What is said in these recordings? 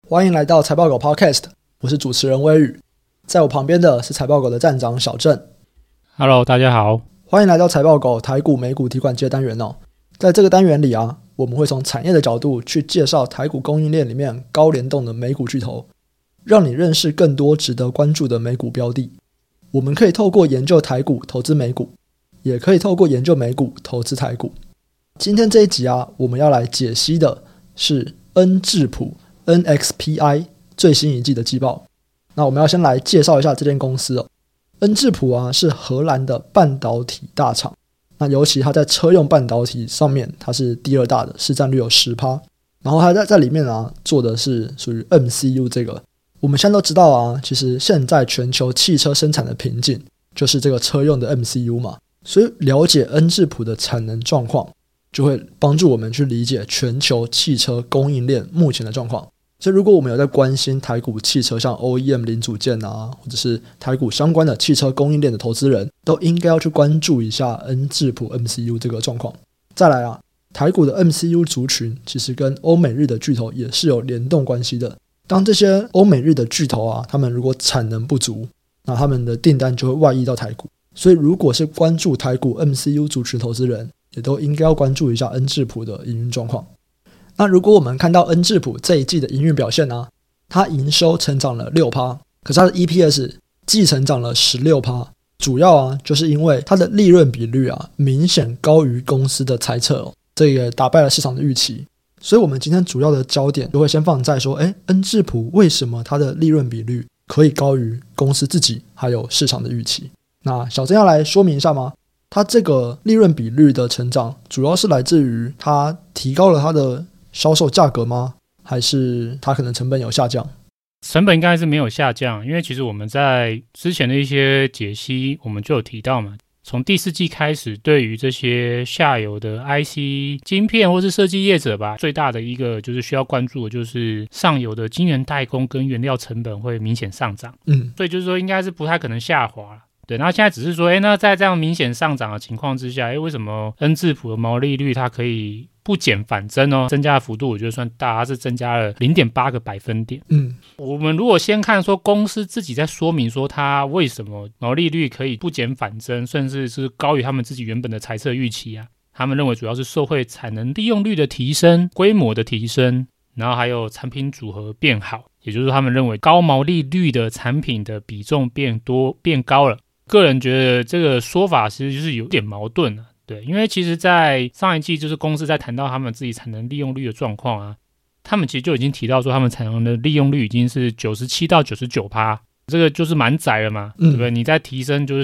欢迎来到财报狗 Podcast， 我是主持人威宇，在我旁边的是财报狗的站长小郑。 Hello， 大家好， 欢迎来到财报狗台股美股提款机的单元哦。在这个单元里啊，我们会从产业的角度去介绍台股供应链里面高联动的美股巨头，让你认识更多值得关注的美股标的。我们可以透过研究台股投资美股，也可以透过研究美股投资台股。今天这一集啊，我们要来解析的是恩智浦 NXPI 最新一季的季报。那我们要先来介绍一下这间公司哦。恩智浦啊是荷兰的半导体大厂，那尤其它在车用半导体上面它是第二大的，市占率有 10%。 然后它在里面啊做的是属于 MCU 这个。我们现在都知道啊，其实现在全球汽车生产的瓶颈就是这个车用的 MCU 嘛，所以了解恩智浦的产能状况就会帮助我们去理解全球汽车供应链目前的状况。所以如果我们有在关心台股汽车像 OEM 零组件啊，或者是台股相关的汽车供应链的投资人，都应该要去关注一下恩智浦 MCU 这个状况。再来啊，台股的 MCU 族群其实跟欧美日的巨头也是有联动关系的。当这些欧美日的巨头啊，他们如果产能不足，那他们的订单就会外溢到台股。所以如果是关注台股 MCU 族群投资人，也都应该要关注一下恩智浦的营运状况。那如果我们看到恩智浦这一季的营运表现啊，它营收成长了 6%， 可是它的 EPS 季成长了 16%， 主要啊就是因为它的利润比率啊明显高于公司的猜测哦，这也打败了市场的预期。所以我们今天主要的焦点就会先放在说，恩智浦为什么它的利润比率可以高于公司自己还有市场的预期。那小郑要来说明一下吗？它这个利润比率的成长主要是来自于它提高了它的销售价格吗？还是它可能成本有下降？ 成本应该是没有下降，因为其实我们在之前的一些解析我们就有提到嘛，从第四季开始，对于这些下游的 IC 晶片或是设计业者吧，最大的一个就是需要关注的就是上游的晶圆代工跟原料成本会明显上涨，所以就是说应该是不太可能下滑。对，那现在只是说，那在这样明显上涨的情况之下，为什么恩智浦的毛利率它可以不减反增哦？增加的幅度我觉得算大，它是增加了 0.8 个百分点。我们如果先看说公司自己在说明说它为什么毛利率可以不减反增，甚至是高于他们自己原本的财测预期啊，他们认为主要是受惠产能利用率的提升、规模的提升，然后还有产品组合变好，也就是他们认为高毛利率的产品的比重变高了。个人觉得这个说法其实就是有点矛盾了，对，因为其实在上一季就是公司在谈到他们自己产能利用率的状况啊，他们其实就已经提到说他们产能的利用率已经是 97% 到 99%， 这个就是蛮窄了嘛，对不对？你再提升就是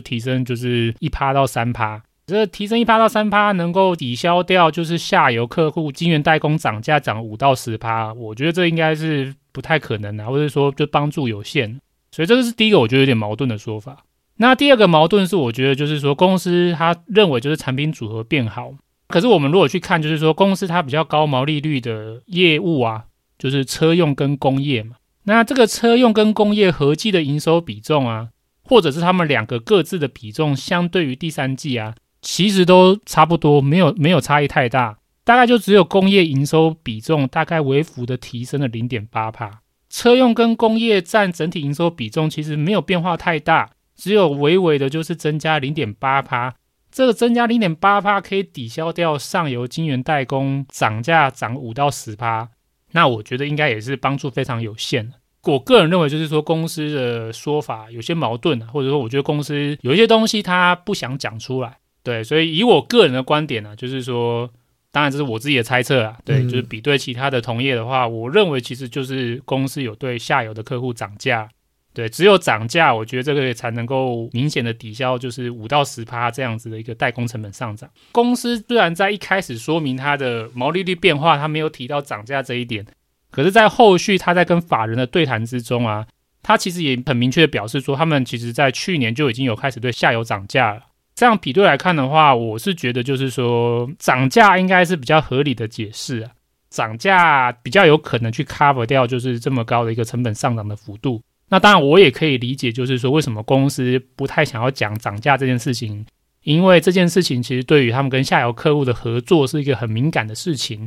1% 到 3%， 这个提升 1% 到 3% 能够抵消掉就是下游客户晶圆代工涨价涨 5% 到 10%， 我觉得这应该是不太可能的，或者说就帮助有限，所以这个是第一个我觉得有点矛盾的说法。那第二个矛盾是我觉得就是说公司他认为就是产品组合变好，可是我们如果去看就是说公司它比较高毛利率的业务啊，就是车用跟工业嘛，那这个车用跟工业合计的营收比重啊，或者是他们两个各自的比重相对于第三季啊，其实都差不多，没有差异太大，大概就只有工业营收比重大概微幅的提升了 0.8%， 车用跟工业占整体营收比重其实没有变化太大，只有微微的就是增加 0.8%， 这个增加 0.8% 可以抵消掉上游晶圆代工涨价涨 5% 到 10%， 那我觉得应该也是帮助非常有限。我个人认为就是说公司的说法有些矛盾，或者说我觉得公司有一些东西他不想讲出来，对，所以以我个人的观点就是说，当然这是我自己的猜测啦，对，就是比对其他的同业的话，我认为其实就是公司有对下游的客户涨价，对，只有涨价，我觉得这个才能够明显的抵消，就是5%到 10% 这样子的一个代工成本上涨。公司虽然在一开始说明它的毛利率变化，它没有提到涨价这一点，可是在后续他在跟法人的对谈之中啊，他其实也很明确的表示说，他们其实在去年就已经有开始对下游涨价了。这样比对来看的话，我是觉得就是说涨价应该是比较合理的解释啊，涨价比较有可能去 cover 掉就是这么高的一个成本上涨的幅度。那当然我也可以理解就是说为什么公司不太想要讲涨价这件事情，因为这件事情其实对于他们跟下游客户的合作是一个很敏感的事情，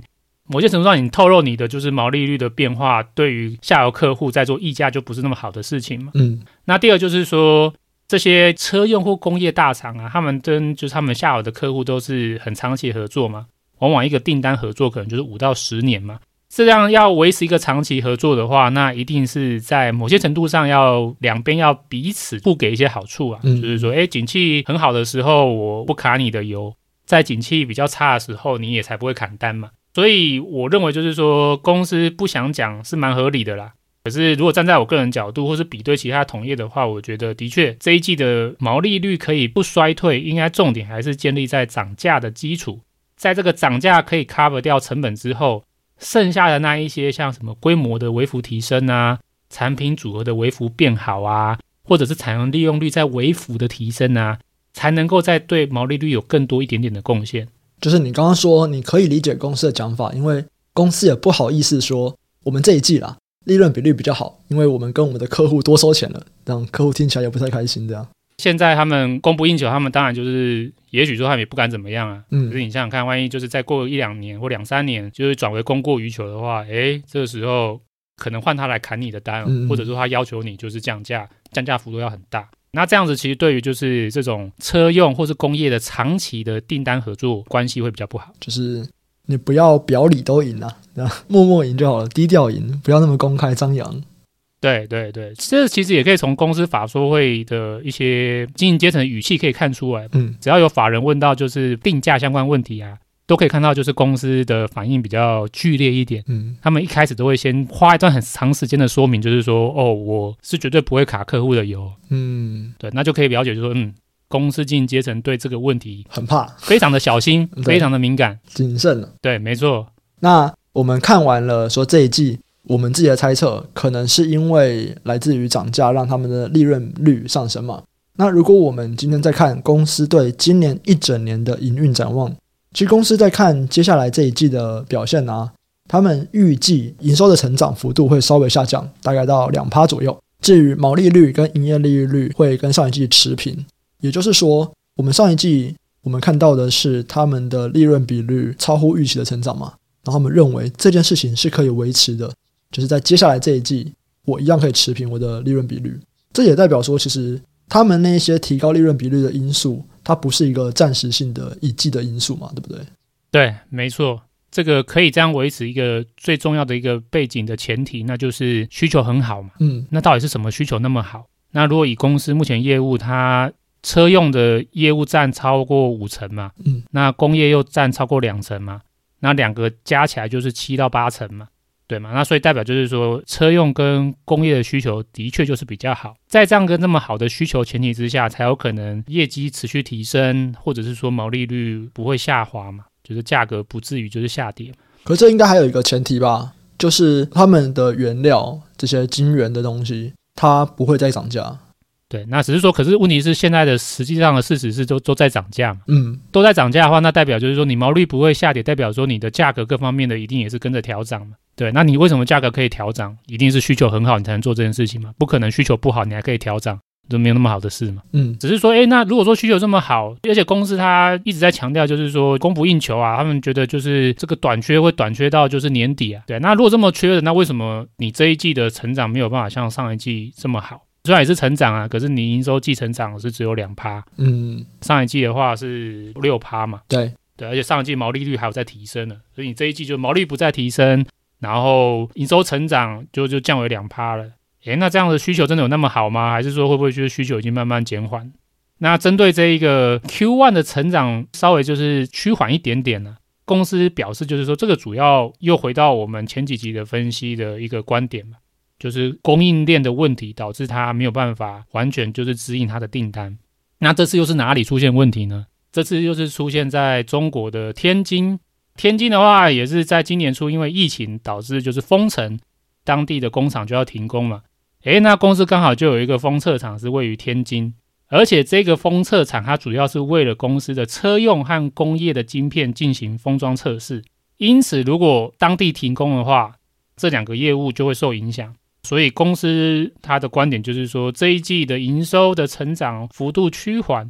某些程度上你透露你的就是毛利率的变化，对于下游客户在做议价就不是那么好的事情嘛。那第二就是说，这些车用或工业大厂啊，他们跟就是他们下游的客户都是很长期合作嘛，往往一个订单合作可能就是5到10年嘛。这样要维持一个长期合作的话，那一定是在某些程度上要两边要彼此互给一些好处啊。就是说，景气很好的时候我不卡你的油，在景气比较差的时候你也才不会砍单嘛。所以我认为就是说，公司不想讲是蛮合理的啦。可是如果站在我个人角度，或是比对其他同业的话，我觉得的确这一季的毛利率可以不衰退，应该重点还是建立在涨价的基础。在这个涨价可以 cover 掉成本之后，剩下的那一些像什么规模的微幅提升啊，产品组合的微幅变好啊，或者是采用利用率在微幅的提升啊，才能够再对毛利率有更多一点点的贡献。 就是你刚刚说你可以理解公司的讲法，因为公司也不好意思说我们这一季啦利润比率比较好，因为我们跟我们的客户多收钱了，让客户听起来也不太开心这样。 现在他们供不应求，他们当然就是也许说他们也不敢怎么样啊。可是你想想看，万一就是再过1-2年或2-3年就是转为供过于求的话，这个时候可能换他来砍你的单，或者说他要求你就是降价幅度要很大。那这样子其实对于就是这种车用或是工业的长期的订单合作关系会比较不好。 就是你不要表里都赢啊，默默赢就好了，低调赢，不要那么公开张扬。 对对对，这其实也可以从公司法说会的一些经营阶层的语气可以看出来。只要有法人问到就是定价相关问题啊，都可以看到就是公司的反应比较剧烈一点。他们一开始都会先花一段很长时间的说明，就是说我是绝对不会卡客户的油。对，那就可以了解就是说公司经营阶层对这个问题很怕， 非常的小心非常的敏感谨慎了。 对，没错。 那我们看完了说这一季我们自己的猜测可能是因为来自于涨价让他们的利润率上升嘛。那如果我们今天再看公司对今年一整年的营运展望，其实公司在看接下来这一季的表现啊，他们预计营收的成长幅度会稍微下降，大概到 2% 左右。至于毛利率跟营业利率会跟上一季持平，也就是说我们上一季我们看到的是他们的利润比率超乎预期的成长嘛，然后他们认为这件事情是可以维持的，就是在接下来这一季我一样可以持平我的利润比率。这也代表说其实他们那些提高利润比率的因素它不是一个暂时性的一季的因素嘛，对不对？ 对，没错。这个可以这样维持一个最重要的一个背景的前提，那就是需求很好嘛。那到底是什么需求那么好？那如果以公司目前业务，它车用的业务占超过50%嘛，那工业又占超过2%嘛，那两个加起来就是7到8成嘛，对嘛？那所以代表就是说车用跟工业的需求的确就是比较好，在这样跟这么好的需求前提之下，才有可能业绩持续提升，或者是说毛利率不会下滑嘛，就是价格不至于就是下跌。 可是这应该还有一个前提吧，就是他们的原料这些晶圆的东西它不会再涨价。 对，那只是说，可是问题是现在的实际上的事实是都在涨价嘛，都在涨价的话，那代表就是说你毛利不会下跌，代表说你的价格各方面的一定也是跟着调涨嘛。对，那你为什么价格可以调涨？一定是需求很好你才能做这件事情嘛，不可能需求不好你还可以调涨，都没有那么好的事嘛。只是说那如果说需求这么好，而且公司它一直在强调就是说供不应求啊，他们觉得就是这个短缺会短缺到就是年底啊。对，那如果这么缺的，那为什么你这一季的成长没有办法像上一季这么好？虽然也是成长啊，可是你营收季成长是只有 2%，上一季的话是 6% 嘛。对，而且上一季毛利率还有在提升了，所以你这一季就毛利不再提升，然后营收成长就降为 2% 了。那这样的需求真的有那么好吗？还是说会不会就是需求已经慢慢减缓？那针对这一个 Q1 的成长稍微就是趋缓一点点呢，公司表示就是说这个主要又回到我们前几集的分析的一个观点嘛，就是供应链的问题导致它没有办法完全就是指引它的订单。那这次又是哪里出现问题呢？这次又是出现在中国的天津。天津的话也是在今年初因为疫情导致就是封城，当地的工厂就要停工嘛。那公司刚好就有一个封测厂是位于天津，而且这个封测厂它主要是为了公司的车用和工业的晶片进行封装测试，因此如果当地停工的话，这两个业务就会受影响。所以公司它的观点就是说，这一季的营收的成长幅度趋缓，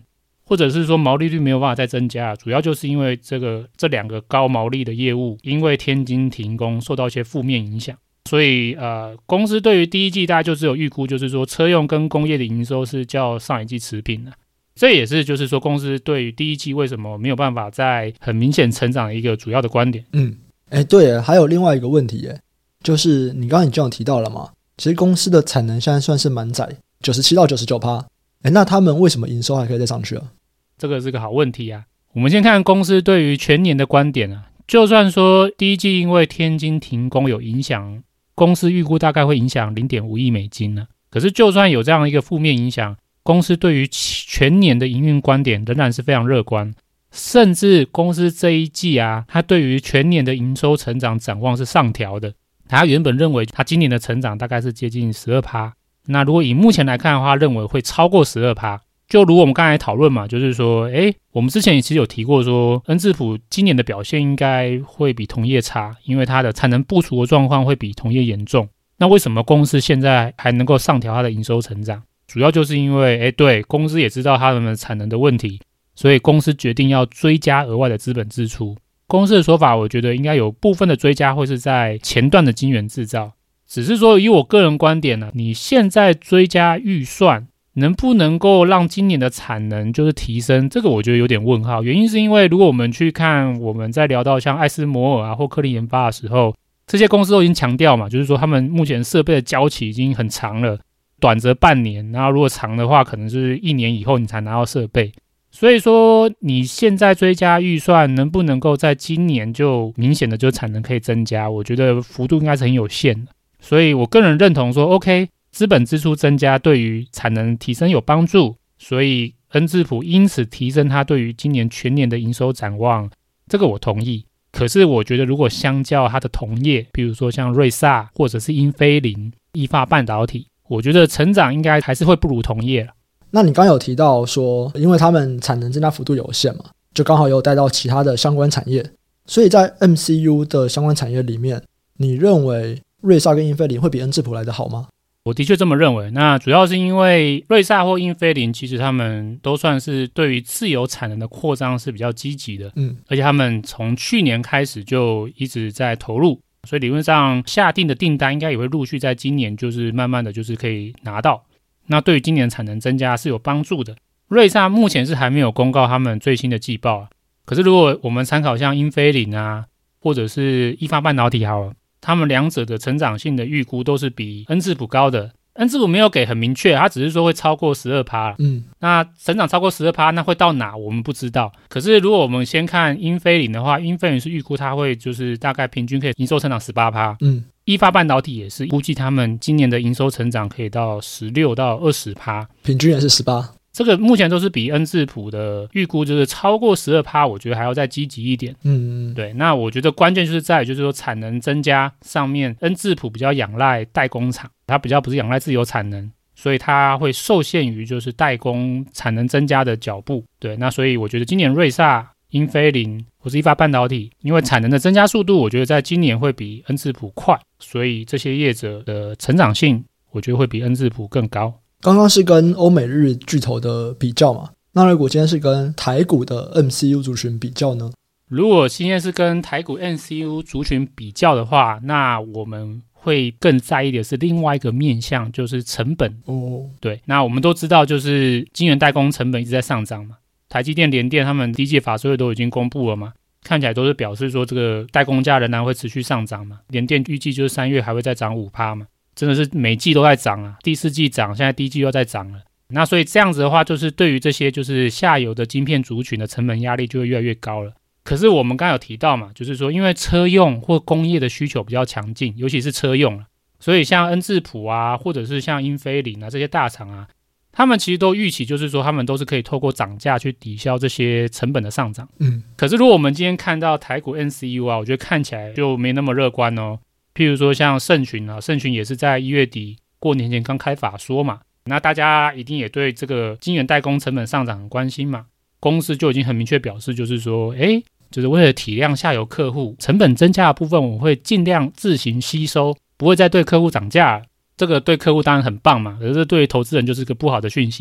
或者是说毛利率没有办法再增加，主要就是因为这两个高毛利的业务因为天津停工受到一些负面影响。所以公司对于第一季大概就只有预估，就是说车用跟工业的营收是较上一季持平的。这也是就是说公司对于第一季为什么没有办法在很明显成长的一个主要的观点。 对耶，还有另外一个问题耶，就是你刚刚已经有提到了嘛，其实公司的产能现在算是蛮窄，97%到99%，那他们为什么营收还可以再上去啊？ 这个是个好问题啊。我们先看公司对于全年的观点啊，就算说第一季因为天津停工有影响，公司预估大概会影响 0.5 亿美金呢。可是就算有这样一个负面影响，公司对于全年的营运观点仍然是非常乐观，甚至公司这一季啊，它对于全年的营收成长展望是上调的。它原本认为它今年的成长大概是接近 12%， 那如果以目前来看的话，认为会超过 12%。就如我们刚才讨论嘛，就是说我们之前也其实有提过说恩智浦今年的表现应该会比同业差，因为它的产能不足的状况会比同业严重。那为什么公司现在还能够上调它的营收成长？主要就是因为对，公司也知道他们的产能的问题，所以公司决定要追加额外的资本支出。公司的说法我觉得应该有部分的追加会是在前段的晶圆制造，只是说以我个人观点呢，你现在追加预算能不能够让今年的产能就是提升，这个我觉得有点问号。原因是因为如果我们去看我们在聊到像艾斯摩尔啊或科林研发的时候，这些公司都已经强调嘛，就是说他们目前设备的交期已经很长了，短则半年，然后如果长的话可能是1年以后你才拿到设备。所以说你现在追加预算能不能够在今年就明显的就产能可以增加，我觉得幅度应该是很有限的。所以我个人认同说 OK，资本支出增加对于产能提升有帮助，所以恩智浦因此提升它对于今年全年的营收展望，这个我同意。可是我觉得如果相较它的同业，比如说像瑞萨或者是英飞凌、意法半导体，我觉得成长应该还是会不如同业了。 那你刚有提到说因为他们产能增加幅度有限嘛，就刚好有带到其他的相关产业，所以在 MCU 的相关产业里面，你认为瑞萨跟英飞凌会比恩智浦来得好吗？ 我的确这么认为，那主要是因为瑞萨或英飞凌其实他们都算是对于自有产能的扩张是比较积极的，而且他们从去年开始就一直在投入，所以理论上下定的订单应该也会陆续在今年就是慢慢的就是可以拿到，那对于今年产能增加是有帮助的。瑞萨目前是还没有公告他们最新的季报可是如果我们参考像英飞凌啊或者是意法半导体好了，他们两者的成长性的预估都是比恩智浦高的。恩智浦没有给很明确，他只是说会超过 12%，那成长超过 12%， 那会到哪我们不知道。可是如果我们先看英飞凌的话，英飞凌是预估它会就是大概平均可以营收成长 18%，意法半导体也是估计他们今年的营收成长可以到16%到20%， 平均也是18%。 这个目前都是比恩智浦的预估就是超过 12%， 我觉得还要再积极一点。对，那我觉得关键就是在于就是说产能增加上面，恩智浦比较仰赖代工厂，它比较不是仰赖自有产能，所以它会受限于就是代工产能增加的脚步。对，那所以我觉得今年瑞萨、英飞凌或是意法半导体，因为产能的增加速度，我觉得在今年会比恩智浦快，所以这些业者的成长性，我觉得会比恩智浦更高。 刚刚是跟欧美日巨头的比较嘛，那如果今天是跟台股的 MCU 族群比较呢？ 如果今天是跟台股 MCU 族群比较的话，那我们会更在意的是另外一个面向，就是成本。对，那我们都知道就是晶圆代工成本一直在上涨嘛，台积电、联电他们第一季法说会都已经公布了嘛，看起来都是表示说这个代工价仍然会持续上涨嘛，联电预计就是3月还会再涨 5% 嘛，真的是每季都在涨啊，第4季涨，现在第一季又在涨了。那所以这样子的话，就是对于这些就是下游的晶片族群的成本压力就会越来越高了。可是我们刚才有提到嘛，就是说因为车用或工业的需求比较强劲，尤其是车用了，所以像恩智浦啊，或者是像英飞凌啊这些大厂啊，他们其实都预期就是说他们都是可以透过涨价去抵消这些成本的上涨。可是如果我们今天看到台股 MCU 啊，我觉得看起来就没那么乐观哦。譬如说像盛群啊，盛群也是在1月底过年前刚开法说嘛，那大家一定也对这个晶圆代工成本上涨很关心嘛，公司就已经很明确表示就是说就是为了体谅下游客户成本增加的部分，我会尽量自行吸收，不会再对客户涨价。这个对客户当然很棒嘛，可是对投资人就是个不好的讯息嘛。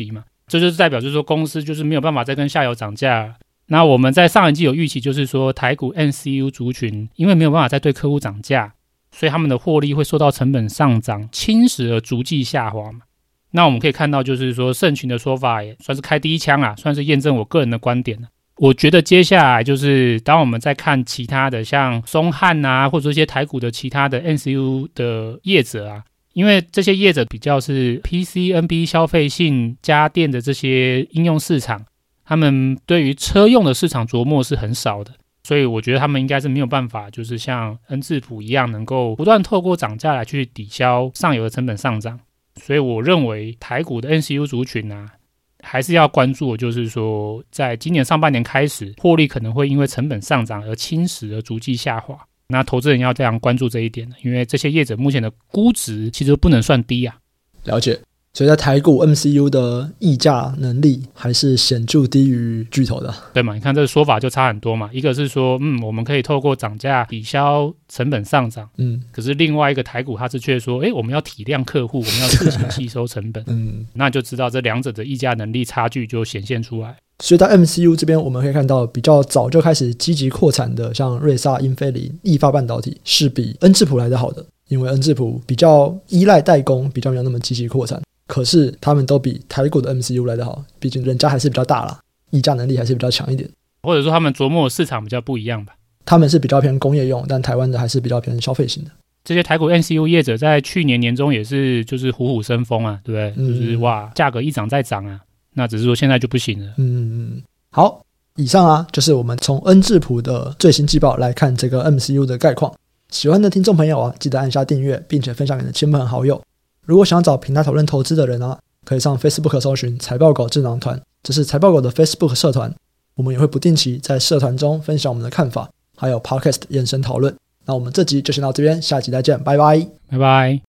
这就是代表就是说公司就是没有办法再跟下游涨价了。那我们在上一季有预期，就是说台股 MCU 族群因为没有办法再对客户涨价，所以他们的获利会受到成本上涨侵蚀而逐季下滑嘛。那我们可以看到，就是说盛群的说法也算是开第一枪啦，算是验证我个人的观点了。我觉得接下来就是当我们在看其他的像松汉啊，或者一些台股的其他的 MCU 的业者啊，因为这些业者比较是 PC、NB 消费性家电的这些应用市场，他们对于车用的市场琢磨是很少的，所以我觉得他们应该是没有办法就是像恩智浦一样能够不断透过涨价来去抵消上游的成本上涨。所以我认为台股的 MCU 族群啊，还是要关注的就是说在今年上半年开始获利可能会因为成本上涨而侵蚀而逐季下滑，那投资人要非常关注这一点，因为这些业者目前的估值其实不能算低啊。 了解，所以在台股 MCU 的议价能力还是显著低于巨头的， 对嘛？你看这个说法就差很多嘛。一个是说，我们可以透过涨价抵消成本上涨，可是另外一个台股它是却说，我们要体谅客户，我们要自行吸收成本，那就知道这两者的议价能力差距就显现出来。 所以在 MCU 这边，我们可以看到比较早就开始积极扩产的，像瑞萨、英飞凌、意法半导体是比恩智浦来的好的，因为恩智浦比较依赖代工，比较没有那么积极扩产。可是他们都比台股的 MCU 来得好，毕竟人家还是比较大啦，议价能力还是比较强一点， 或者说他们琢磨的市场比较不一样吧。 他们是比较偏工业用，但台湾的还是比较偏消费型的。 这些台股 MCU 业者在去年年中也是就是虎虎生风啊，对不对？就是哇，价格一涨再涨啊，那只是说现在就不行了。 好，以上就是我们从恩智浦的最新季报来看这个 MCU 的概况。喜欢的听众朋友记得按下订阅，并且分享给你的亲朋好友。如果想要找平台讨论投资的人可以上 Facebook 搜寻财报狗智囊团，这是财报狗的 Facebook 社团，我们也会不定期在社团中分享我们的看法，还有 Podcast 延伸讨论。那我们这集就先到这边，下集再见，拜拜， 拜拜。